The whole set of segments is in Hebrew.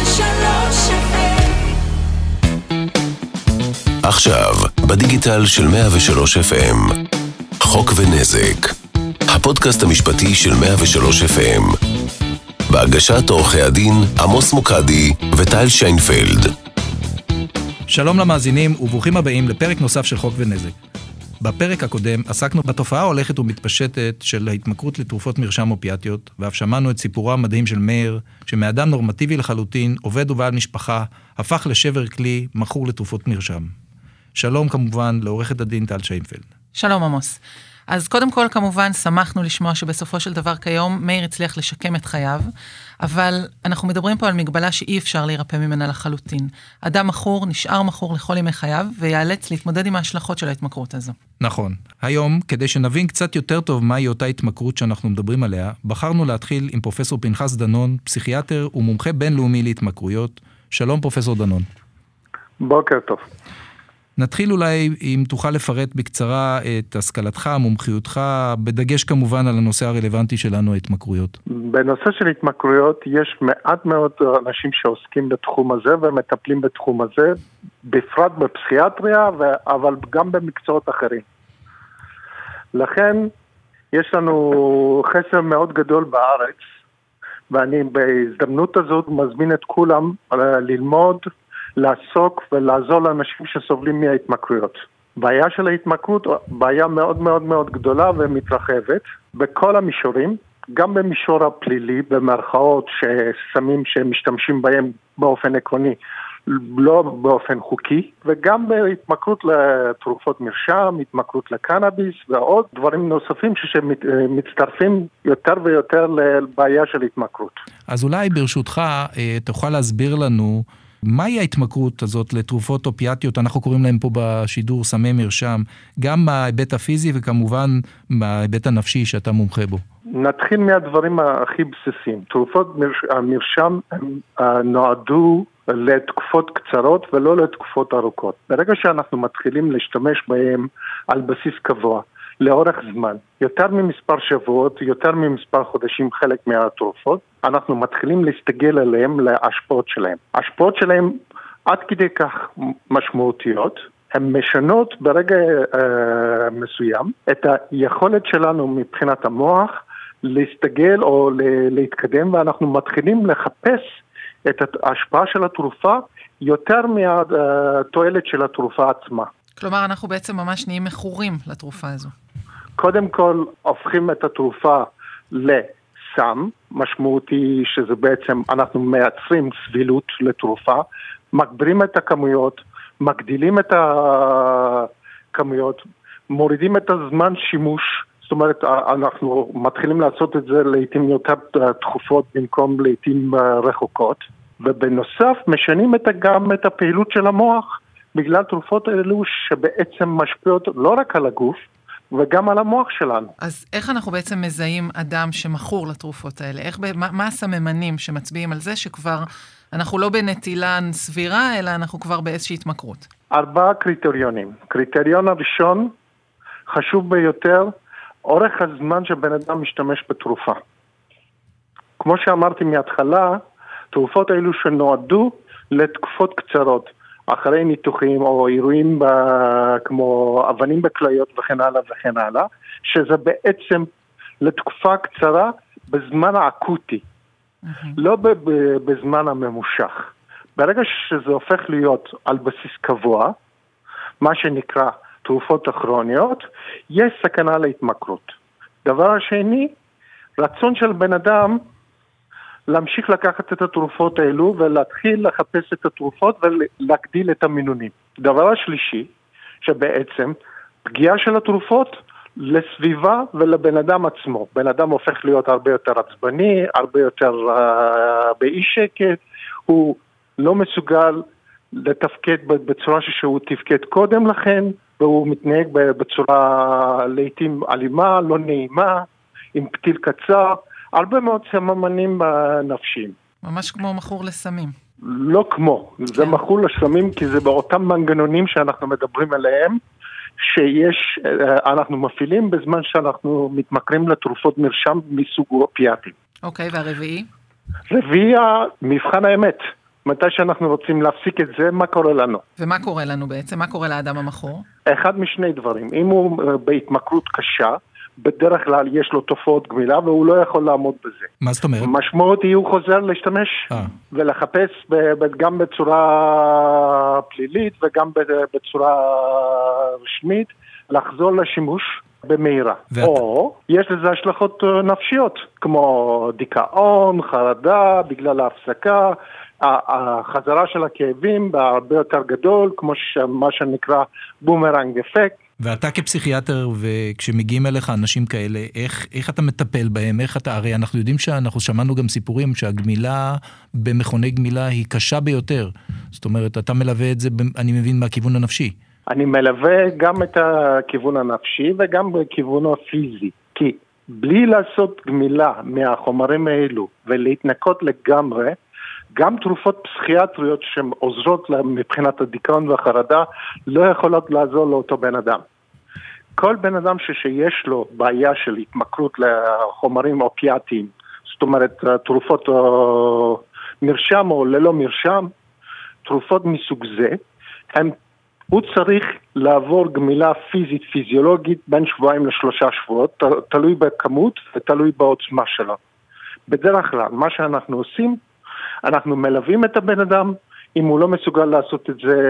עכשיו, בדיגיטל של 103 FM, חוק ונזק, הפודקאסט המשפטי של 103 FM, בהגשת עורכי הדין עמוס מוקדי וטל שיינפלד. שלום למאזינים וברוכים הבאים לפרק נוסף של חוק ונזק. בפרק הקודם עסקנו בתופעה ההולכת ומתפשטת של ההתמכרות לתרופות מרשם אופיאטיות, ואף שמענו את סיפורו המדהים של מאיר, שמאדם נורמטיבי לחלוטין, עובד ובעל משפחה, הפך לשבר כלי מכור לתרופות מרשם. שלום כמובן לעורכת הדין טל שיינפלד. שלום עמוס. אז קודם כל כמובן שמחנו לשמוע שבסופו של דבר כיום מאיר הצליח לשקם את חייו, אבל אנחנו מדברים פה על מגבלה שאי אפשר להירפא ממנה לחלוטין. אדם מכור נשאר מכור לכל ימי חייו, ויאלץ להתמודד עם ההשלכות של ההתמכרות הזו. נכון. היום, כדי שנבין קצת יותר טוב מהי אותה התמכרות שאנחנו מדברים עליה, בחרנו להתחיל עם פרופסור פנחס דנון, פסיכיאטר ומומחה בינלאומי להתמכרויות. שלום פרופסור דנון. בוקר טוב. נתחיל אולי אם תוכל לפרט בקצרה את השכלתך, מומחיותך, בדגש כמובן על הנושא הרלוונטי שלנו, ההתמכרויות. בנושא של התמכרויות יש מעט מאוד אנשים שעוסקים בתחום הזה ומטפלים בתחום הזה, בפרט בפסיכיאטריה, אבל גם במקצועות אחרים. לכן יש לנו חסר מאוד גדול בארץ, ואני בהזדמנות הזאת מזמין את כולם ללמוד, לעסוק ולעזור לאנשים שסובלים מההתמכרויות. בעיה של ההתמכרות, בעיה מאוד מאוד מאוד גדולה ומתרחבת בכל המישורים, גם במישור הפלילי, במרכאות שסמים שמשתמשים בהם באופן עקרוני, לא באופן חוקי, וגם בהתמכרות לתרופות מרשם, התמכרות לקנאביס ועוד דברים נוספים שמצטרפים יותר ויותר לבעיה של התמכרות. אז אולי ברשותך תוכל להסביר לנו מהי ההתמכרות הזאת לתרופות אופיאטיות, אנחנו קוראים להם פה בשידור סמי מרשם, גם מההיבט הפיזי וכמובן מההיבט הנפשי שאתה מומחה בו. נתחיל מהדברים הכי בסיסיים. תרופות המרשם נועדו לתקופות קצרות ולא לתקופות ארוכות. ברגע שאנחנו מתחילים להשתמש בהם על בסיס קבוע, לאורך זמן, יותר ממספר שבועות, יותר ממספר חודשים חלק מהתרופות, אנחנו מתחילים להסתגל עליהם להשפעות שלהם. ההשפעות שלהם עד כדי כך משמעותיות, הן משנות ברגע מסוים את היכולת שלנו מבחינת המוח להסתגל או להתקדם, ואנחנו מתחילים לחפש את ההשפעה של התרופה יותר מהתועלת של התרופה עצמה. כלומר, אנחנו בעצם ממש נהיים מכורים לתרופה הזו. קודם כל, הופכים את התרופה לסם, משמעותי שזה בעצם, אנחנו מייצרים סבילות לתרופה, מגבירים את הכמויות, מגדילים את הכמויות, מורידים את הזמן שימוש, זאת אומרת, אנחנו מתחילים לעשות את זה לעתים יותר תכופות במקום לעתים רחוקות, ובנוסף משנים גם את הפעילות של המוח, בגלל תרופות האלו שבעצם משפיעות לא רק על הגוף, וגם על המוח שלנו. אז איך אנחנו בעצם מזהים אדם שמכור לתרופות האלה? מה הסממנים שמצביעים על זה שכבר אנחנו לא בנטילן סבירה, אלא אנחנו כבר באיזושהי התמכרות? 4 קריטריונים. קריטריון הראשון, חשוב ביותר, אורך הזמן שבן אדם משתמש בתרופה. כמו שאמרתי מההתחלה, תרופות האלו שנועדו לתקופות קצרות. אחרי ניתוחים או אירועים כמו אבנים בכליות וכן הלאה וכן הלאה, שזה בעצם לתקופה קצרה בזמן האקוטי, לא בזמן הממושך. ברגע שזה הופך להיות על בסיס קבוע, מה שנקרא תרופות הכרוניות, יש סכנה להתמכרות. דבר השני, רצון של בן אדם להמשיך לקחת את התרופות האלו ולהתחיל לחפש את התרופות ולהגדיל את המינונים. דבר השלישי, שבעצם פגיעה של התרופות לסביבה ולבן אדם עצמו. בן אדם הופך להיות הרבה יותר עצבני, הרבה יותר באי שקט, הוא לא מסוגל לתפקד בצורה שהוא תפקד קודם לכן, והוא מתנהג בצורה לעתים אלימה, לא נעימה, עם פתיל קצר, הרבה מאוד סממנים נפשיים. ממש כמו מכור לסמים. לא כמו, זה מכור לסמים כי זה באותם מנגנונים שאנחנו מדברים עליהם, אנחנו מפעילים בזמן שאנחנו מתמכרים לתרופות מרשם מסוג אופיאטים. אוקיי, והרביעי? רביעי, מבחן האמת. מתי שאנחנו רוצים להפסיק את זה, מה קורה לנו? ומה קורה לנו בעצם? מה קורה לאדם המכור? אחד משני דברים. אם הוא בהתמכרות קשה, בדרך כלל יש לו תופעות גמילה, והוא לא יכול לעמוד בזה. מה זאת אומרת? משמעות היא הוא חוזר להשתמש ולחפש גם בצורה פלילית וגם בצורה רשמית, לחזור לשימוש במהירה. או יש לזה השלכות נפשיות, כמו דיכאון, חרדה, בגלל ההפסקה, החזרה של הכאבים בהרבה יותר גדול, כמו מה שנקרא בומרנג אפקט. ואתה כפסיכיאטר, וכשמגיעים אליך אנשים כאלה, איך אתה מטפל בהם? הרי אנחנו יודעים שאנחנו שמענו גם סיפורים שהגמילה במכוני גמילה היא קשה ביותר. זאת אומרת, אתה מלווה את זה, אני מבין, מהכיוון הנפשי. אני מלווה גם את הכיוון הנפשי וגם בכיוון הפיזי. כי בלי לעשות גמילה מהחומרים האלו ולהתנקות לגמרי, גם תרופות פסיכיאטריות שעוזרות מבחינת הדיכאון והחרדה לא יכולות לעזור לאותו בן אדם. כל בן אדם שיש לו בעיה של התמכרות לחומרים אופיאטיים, זאת אומרת תרופות מרשם או ללא מרשם, תרופות מסוג זה, הוא צריך לעבור גמילה פיזית, פיזיולוגית בין 2 ל3 שבועות, תלוי בכמות ותלוי בעוצמה שלו. בדרך כלל, מה שאנחנו עושים, אנחנו מלווים את הבן אדם, אם הוא לא מסוגל לעשות את זה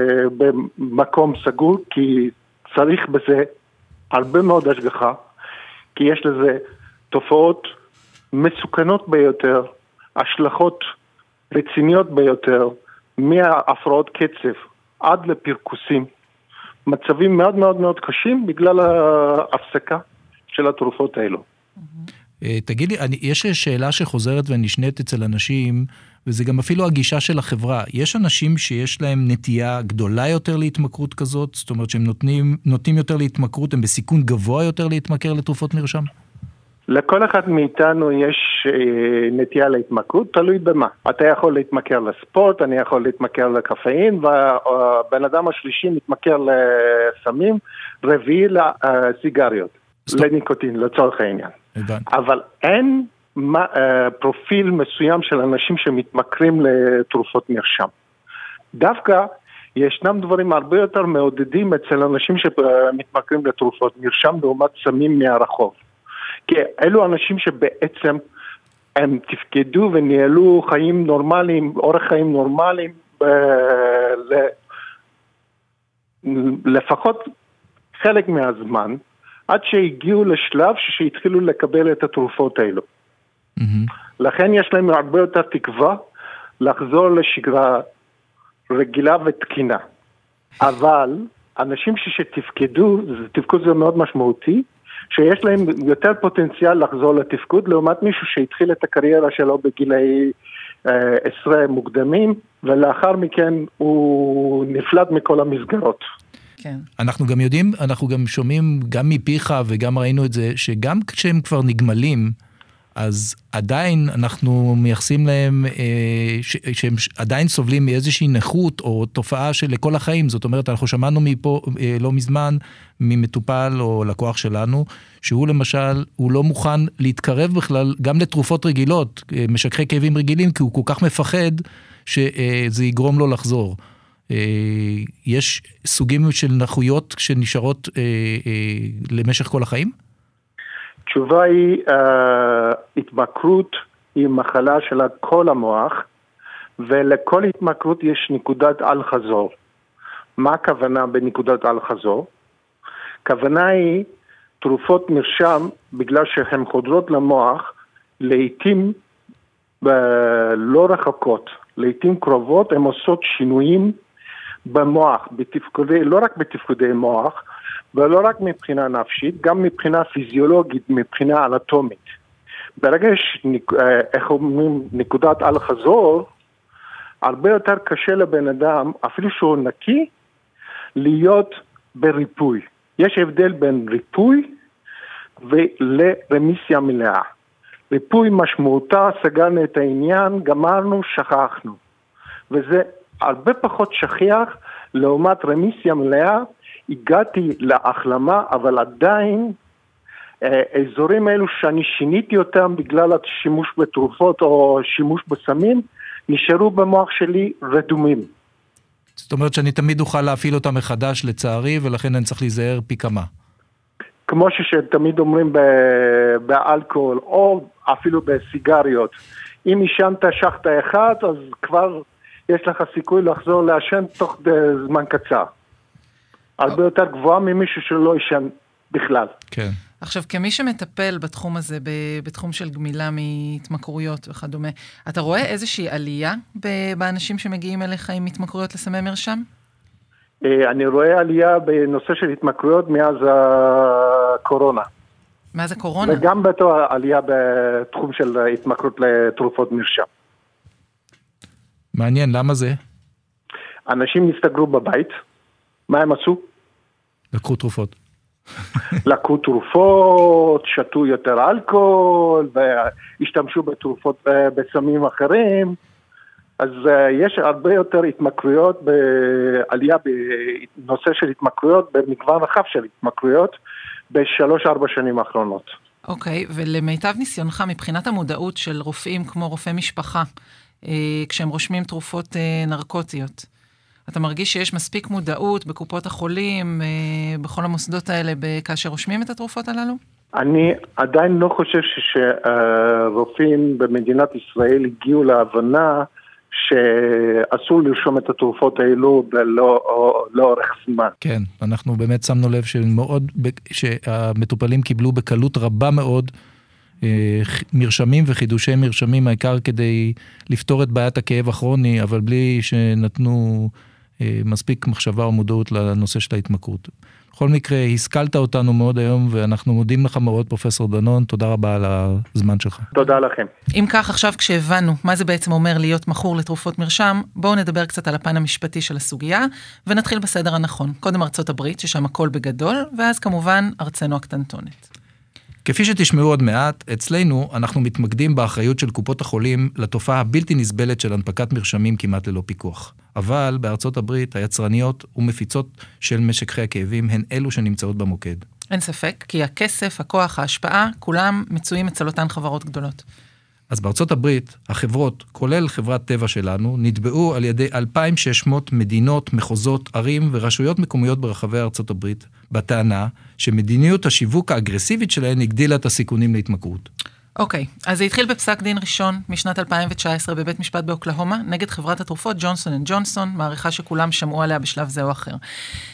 במקום סגור, כי צריך בזה הרבה מאוד השגחה, כי יש לזה תופעות מסוכנות ביותר, השלכות רציניות ביותר, מהפרעות קצב עד לפרקוסים, מצבים מאוד מאוד מאוד קשים בגלל ההפסקה של התרופות האלו. תגיד לי, יש שאלה שחוזרת ונשנית אצל אנשים, וזה גם אפילו הגישה של החברה. יש אנשים שיש להם נטייה גדולה יותר להתמכרות כזאת? זאת אומרת שהם נותנים יותר להתמכרות, הם בסיכון גבוה יותר להתמכר לתרופות מרשם? לכל אחד מאיתנו יש נטייה להתמכרות, תלוי במה. אתה יכול להתמכר לספורט, אני יכול להתמכר לקפאין, והבן אדם השלישי מתמכר לסמים, רביעי לסיגריות, לניקוטין, לצורך העניין. אבל אין פרופיל מסוים של אנשים שמתמכרים לתרופות מרשם. דווקא ישנם דברים הרבה יותר מעודדים אצל אנשים שמתמכרים לתרופות מרשם לעומת סמים מהרחוב. כי אלו אנשים שבעצם הם תפקדו וניהלו חיים נורמליים, אורח חיים נורמליים, לפחות חלק מהזמן, עד שהגיעו לשלב שהתחילו לקבל את התרופות האלו. לכן יש להם הרבה יותר תקווה לחזור לשגרה רגילה ותקינה. אבל אנשים שתפקדו, תפקוד זה מאוד משמעותי, שיש להם יותר פוטנציאל לחזור לתפקוד, לעומת מישהו שהתחיל את הקריירה שלו בגילי 10 מוקדמים, ולאחר מכן הוא נפלט מכל המסגרות. כן. אנחנו גם יודעים, אנחנו גם שומעים גם מפיך וגם ראינו את זה, שגם כשהם כבר נגמלים, אז עדיין אנחנו מייחסים להם שהם עדיין סובלים מאיזושהי נכות או תופעה של לכל החיים. זאת אומרת, אנחנו שמענו מפה לא מזמן ממטופל או לקוח שלנו, שהוא למשל, הוא לא מוכן להתקרב בכלל גם לתרופות רגילות, משככי כאבים רגילים, כי הוא כל כך מפחד שזה יגרום לו לחזור. יש סוגים של נכויות שנשארות למשך כל החיים? התשובה היא, התמכרות היא מחלה של כל המוח, ולכל התמכרות יש נקודת אל חזור. מה הכוונה בנקודת אל חזור? הכוונה היא תרופות מרשם, בגלל שהן חודרות למוח, לעתים לא רחוקות, לעתים קרובות, הן עושות שינויים במוח, לא רק בתפקודי מוח, ולא רק מבחינה נפשית, גם מבחינה פיזיולוגית, מבחינה אנטומית. ברגע איך אומרים נקודת אל חזור, הרבה יותר קשה לבן אדם, אפילו שהוא נקי, להיות בריפוי. יש הבדל בין ריפוי ולרמיסיה מלאה. ריפוי משמעותה, סגרנו את העניין, גמרנו, שכחנו. וזה הרבה פחות שכיח, לעומת רמיסיה מלאה, הגעתי להחלמה, אבל עדיין אזורים האלו שאני שיניתי אותם בגלל השימוש בתרופות או שימוש בסמים, נשארו במוח שלי רדומים. זאת אומרת שאני תמיד אוכל להפעיל אותם מחדש לצערי, ולכן אני צריך להיזהר פי כמה. כמו שתמיד אומרים באלכוהול, או אפילו בסיגריות. אם ישנת שחטה אחד, אז כבר יש לך סיכוי לחזור לעשן תוך זמן קצר. הרבה יותר גבוהה ממישהו שלא ישן בכלל. כן. עכשיו, כמי שמטפל בתחום הזה, בתחום של גמילה מהתמכרויות וכדומה, אתה רואה איזושהי עלייה באנשים שמגיעים אליך עם התמכרויות לסמי מרשם? אני רואה עלייה בנושא של התמכרויות מאז הקורונה. מאז הקורונה? וגם בתור עלייה בתחום של התמכרות לתרופות מרשם. מעניין, למה זה? אנשים הסתגרו בבית, מה הם עשו? לקחו תרופות. לקחו תרופות, שתו יותר אלכוהול, והשתמשו בתרופות בסמים אחרים, אז יש הרבה יותר התמכרויות, עלייה בנושא של התמכרויות, במגוון רחב של התמכרויות, ב3-4 שנים האחרונות. אוקיי, ולמיטב ניסיונך, מבחינת המודעות של רופאים כמו רופאי משפחה, כשהם רושמים תרופות נרקוטיות, אתה מרגיש שיש מספיק מודעות בקופות החולים, בכל המוסדות האלה, כאשר רושמים את התרופות הללו? אני עדיין לא חושב שרופאים במדינת ישראל הגיעו להבנה שאסור לרשום את התרופות האלו לאורך זמן. כן, אנחנו באמת שמנו לב שהמטופלים קיבלו בקלות רבה מאוד מרשמים וחידושי מרשמים, העיקר כדי לפתור את בעיית הכאב הכרוני, אבל בלי שנתנו מספיק מחשבה או מודעות לנושא של ההתמכרות. בכל מקרה, השכלת אותנו מאוד היום, ואנחנו מודים לך מאוד, פרופסור דנון, תודה רבה על הזמן שלך. תודה לכם. אם כך, עכשיו כשהבנו מה זה בעצם אומר להיות מכור לתרופות מרשם, בואו נדבר קצת על הפן המשפטי של הסוגיה, ונתחיל בסדר הנכון. קודם ארצות הברית, ששם הכל בגדול, ואז כמובן ארצנו הקטנטונת. כפי שתשמעו עוד מעט, אצלנו אנחנו מתמקדים באחריות של קופות החולים לתופעה הבלתי נסבלת של הנפקת מרשמים כמעט ללא פיקוח. אבל בארצות הברית היצרניות ומפיצות של משככי הכאבים הן אלו שנמצאות במוקד. אין ספק, כי הכסף, הכוח, ההשפעה, כולם מצויים אצל אותן חברות גדולות. אז בארצות הברית, החברות, כולל חברת טבע שלנו, נתבעו על ידי 2,600 מדינות, מחוזות, ערים ורשויות מקומיות ברחבי ארצות הברית, בטענה שמדיניות השיווק האגרסיבית שלהן הגדילה את הסיכונים להתמכרות. אוקיי, אז זה התחיל בפסק דין ראשון משנת 2019 בבית משפט באוקלהומה, נגד חברת התרופות ג'ונסון אנד ג'ונסון, מעריכה שכולם שמעו עליה בשלב זה או אחר.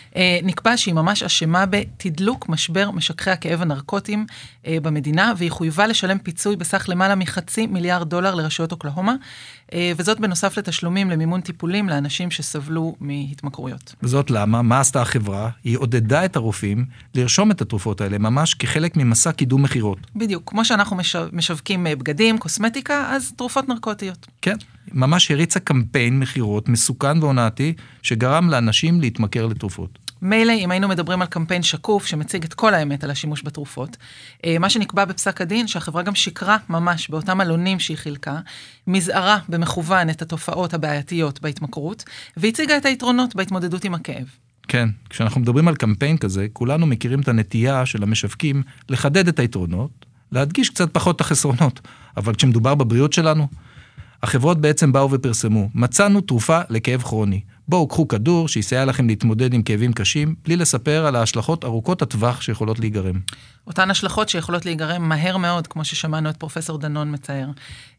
נקבע שהיא ממש אשמה בתדלוק משבר משככי הכאב הנרקוטיים במדינה, והיא חויבה לשלם פיצוי בסך למעלה $500 מיליון לרשויות אוקלהומה, וזאת בנוסף לתשלומים למימון טיפולים לאנשים שסבלו מהתמכרויות. וזאת למה? מה עשתה החברה? היא עודדה את הרופאים לרשום את התרופות האלה, ממש כחלק ממסע קידום מחירות. בדיוק, כמו שאנחנו משווקים בגדים, קוסמטיקה, אז תרופות נרקוטיות. כן, ממש הריצה קמפיין מחירות מסוכן והונאתי, שגרם לאנשים להתמכר לתרופות. מילא, אם היינו מדברים על קמפיין שקוף שמציג את כל האמת על השימוש בתרופות, מה שנקבע בפסק הדין, שהחברה גם שקרה ממש באותם עלונים שהיא חילקה, מזערה במכוון את התופעות הבעייתיות בהתמכרות, והציגה את היתרונות בהתמודדות עם הכאב. כן, כשאנחנו מדברים על קמפיין כזה, כולנו מכירים את הנטייה של המשווקים לחדד את היתרונות, להדגיש קצת פחות את החסרונות, אבל כשמדובר בבריאות שלנו, החברות בעצם באו ופרסמו, מצאנו תרופה לכאב כרוני. בואו קחו כדור שיסייע לכם להתמודד עם כאבים קשים, בלי לספר על ההשלכות ארוכות הטווח שיכולות להיגרם. אותן השלכות שיכולות להיגרם מהר מאוד, כמו ששמענו את פרופסור דנון מצייר.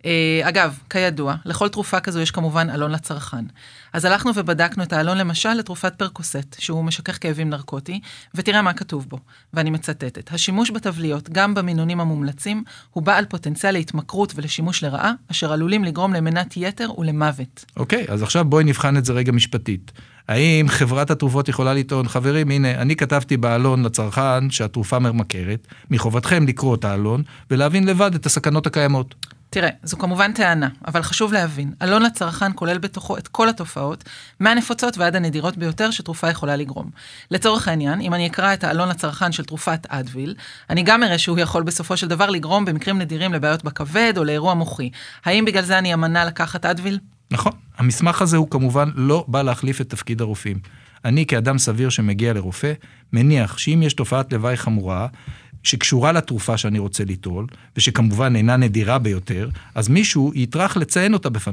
אגב, כידוע, לכל תרופה כזו יש כמובן עלון לצרכן. אז הלכנו ובדקנו את העלון למשל לתרופת פרקוסט, שהוא משכך כאבים נרקוטי, ותראה מה כתוב בו, ואני מצטטת. השימוש בתבליות, גם במינונים המומלצים, הוא בעל פוטנציאל להתמכרות ולשימוש לרעה, אשר עלולים לגרום למנת יתר ולמוות. אוקיי, אז עכשיו בואי נבחן את זה רגע משפטית. האם חברת התרופות יכולה לטעון, חברים, הנה, אני כתבתי בעלון לצרכן שהתרופה ממכרת, מחובתכם לקרוא את העלון ולהבין לבד את הסכנות הקיימות. תראה, זו כמובן טענה, אבל חשוב להבין, עלון לצרכן כולל בתוכו את כל התופעות, מהנפוצות ועד הנדירות ביותר שתרופה יכולה לגרום. לצורך העניין, אם אני אקרא את העלון לצרכן של תרופת אדוויל, אני גם אראה שהוא יכול בסופו של דבר לגרום במקרים נדירים לבעיות בכבד או לאירוע מוחי. האם בגלל זה אני אמנע לקחת אדוויל? נכון, המסמך הזה הוא כמובן לא בא להחליף את תפקיד הרופאים. אני כאדם סביר שמגיע לרופא, מניח שאם יש תופעת לוואי חמורה, שקשורה לתרופה שאני רוצה ליטול, ושכמובן אינה נדירה ביותר, אז מישהו יטרח לציין אותה בפניי.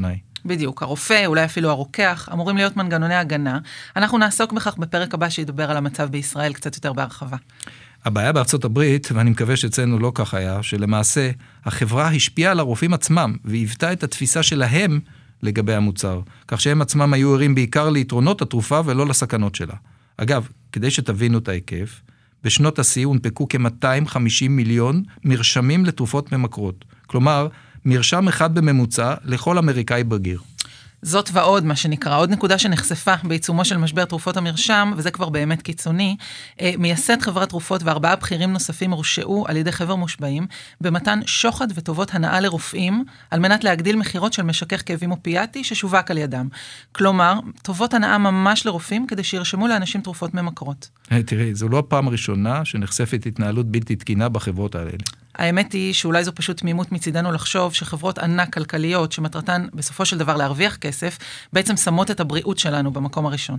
בדיוק, הרופא, אולי אפילו הרוקח, אמורים להיות מנגנוני הגנה. אנחנו נעסוק בכך בפרק הבא שידבר על המצב בישראל קצת יותר בהרחבה. הבעיה בארצות הברית, ואני מקווה שאצלנו לא כך היה, שלמעשה החברה השפיעה על הרופאים עצמם, והיוותה את התפיסה שלהם לגבי המוצר, כך שהם עצמם היו ערים בעיקר ליתרונות התרופה ולא לסכנות שלה. אגב, כדי שתבינו את ההיקף, בשנות השיא הונפקו כ-250 מיליון מרשמים לתרופות ממכרות. כלומר, מרשם אחד בממוצע לכל אמריקאי בגיר. זאת ועוד, מה שנקרא, עוד נקודה שנחשפה בעיצומו של משבר תרופות המרשם, וזה כבר באמת קיצוני, מייסד חברת תרופות וארבעה בכירים נוספים הורשעו על ידי חבר מושבעים, במתן שוחד וטובות הנאה לרופאים, על מנת להגדיל מחירות של משכך כאבים אופיאטי ששווק על ידם. כלומר, טובות הנאה ממש לרופאים, כדי שירשמו לאנשים תרופות ממכרות. תראי, זו לא הפעם הראשונה שנחשפת התנהלות בלתי תקינה בחברות האלה. האמת היא שאולי זו פשוט תמימות מצידנו לחשוב שחברות ענק כלכליות שמטרתן בסופו של דבר להרוויח כסף, בעצם שמות את הבריאות שלנו במקום הראשון.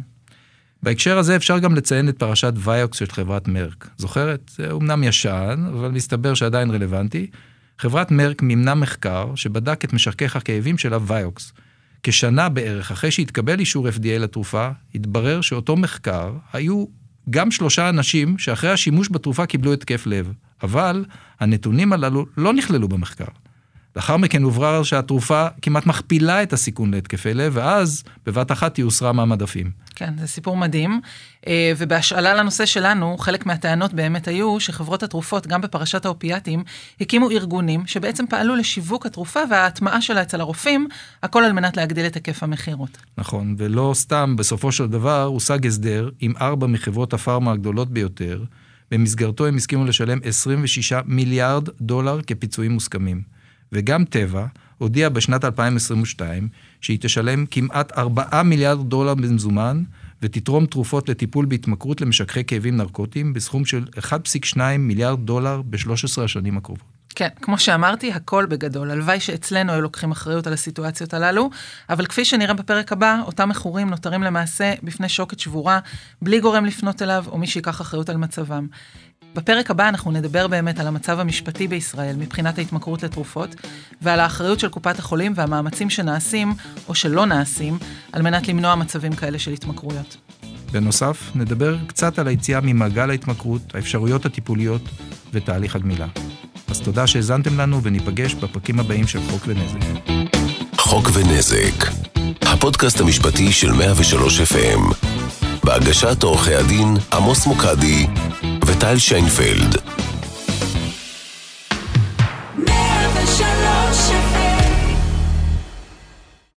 בהקשר הזה אפשר גם לציין את פרשת ויוקס של חברת מרק. זוכרת? זה אומנם ישן, אבל מסתבר שעדיין רלוונטי. חברת מרק מימנה מחקר שבדק את משכך הכאבים שלה ויוקס. כשנה בערך אחרי שהתקבל אישור FDA לתרופה, התברר שאותו מחקר היו גם 3 אנשים שאחרי השימוש בתרופה קיבלו התקף לב. אבל הנתונים הללו לא נכללו במחקר. לאחר מכן הוברר שהתרופה כמעט מכפילה את הסיכון להתקפי לב, ואז בבת אחת היא הוסרה מהמדפים. כן, זה סיפור מדהים, ובהשאלה לנושא שלנו, חלק מהטענות באמת היו שחברות התרופות, גם בפרשת האופיאטים, הקימו ארגונים שבעצם פעלו לשיווק התרופה וההטמעה שלה אצל הרופאים, הכל על מנת להגדיל את היקף המחירות. נכון, ולא סתם בסופו של דבר הושג הסדר עם 4 מחברות הפארמה הגדולות ביותר, במסגרתו הם הסכימו לשלם $26 מיליארד כפיצויים מוסכמים. וגם טבע הודיע בשנת 2022 שהיא תשלם כמעט $4 מיליארד במזומן, ותתרום תרופות לטיפול בהתמכרות למשככי כאבים נרקוטיים בסכום של $1.2 מיליארד ב-13 השנים הקרובות. כן, כמו שאמרתי, הכל בגדול. הלוואי שאצלנו היו לוקחים אחריות על הסיטואציות הללו, אבל כפי שנראה בפרק הבא, אותם מכורים נותרים למעשה בפני שוקת שבורה, בלי גורם לפנות אליו או מי שיקח אחריות על מצבם. בפרק הבא אנחנו נדבר באמת על המצב המשפטי בישראל מבחינת ההתמכרות לתרופות, ועל האחריות של קופת החולים והמאמצים שנעשים או שלא נעשים, על מנת למנוע מצבים כאלה של התמכרויות. בנוסף, נדבר קצת על היציאה ממעגל ההתמכרות, האפשרויות הטיפוליות ותהליך הגמילה. אז תודה שהזנתם לנו וניפגש בפרקים הבאים של חוק ונזק. חוק ונזק, הפודקאסט המשפטי של 103 FM, בהגשת עורכי הדין עמוס מוקדי וטל שיינפלד.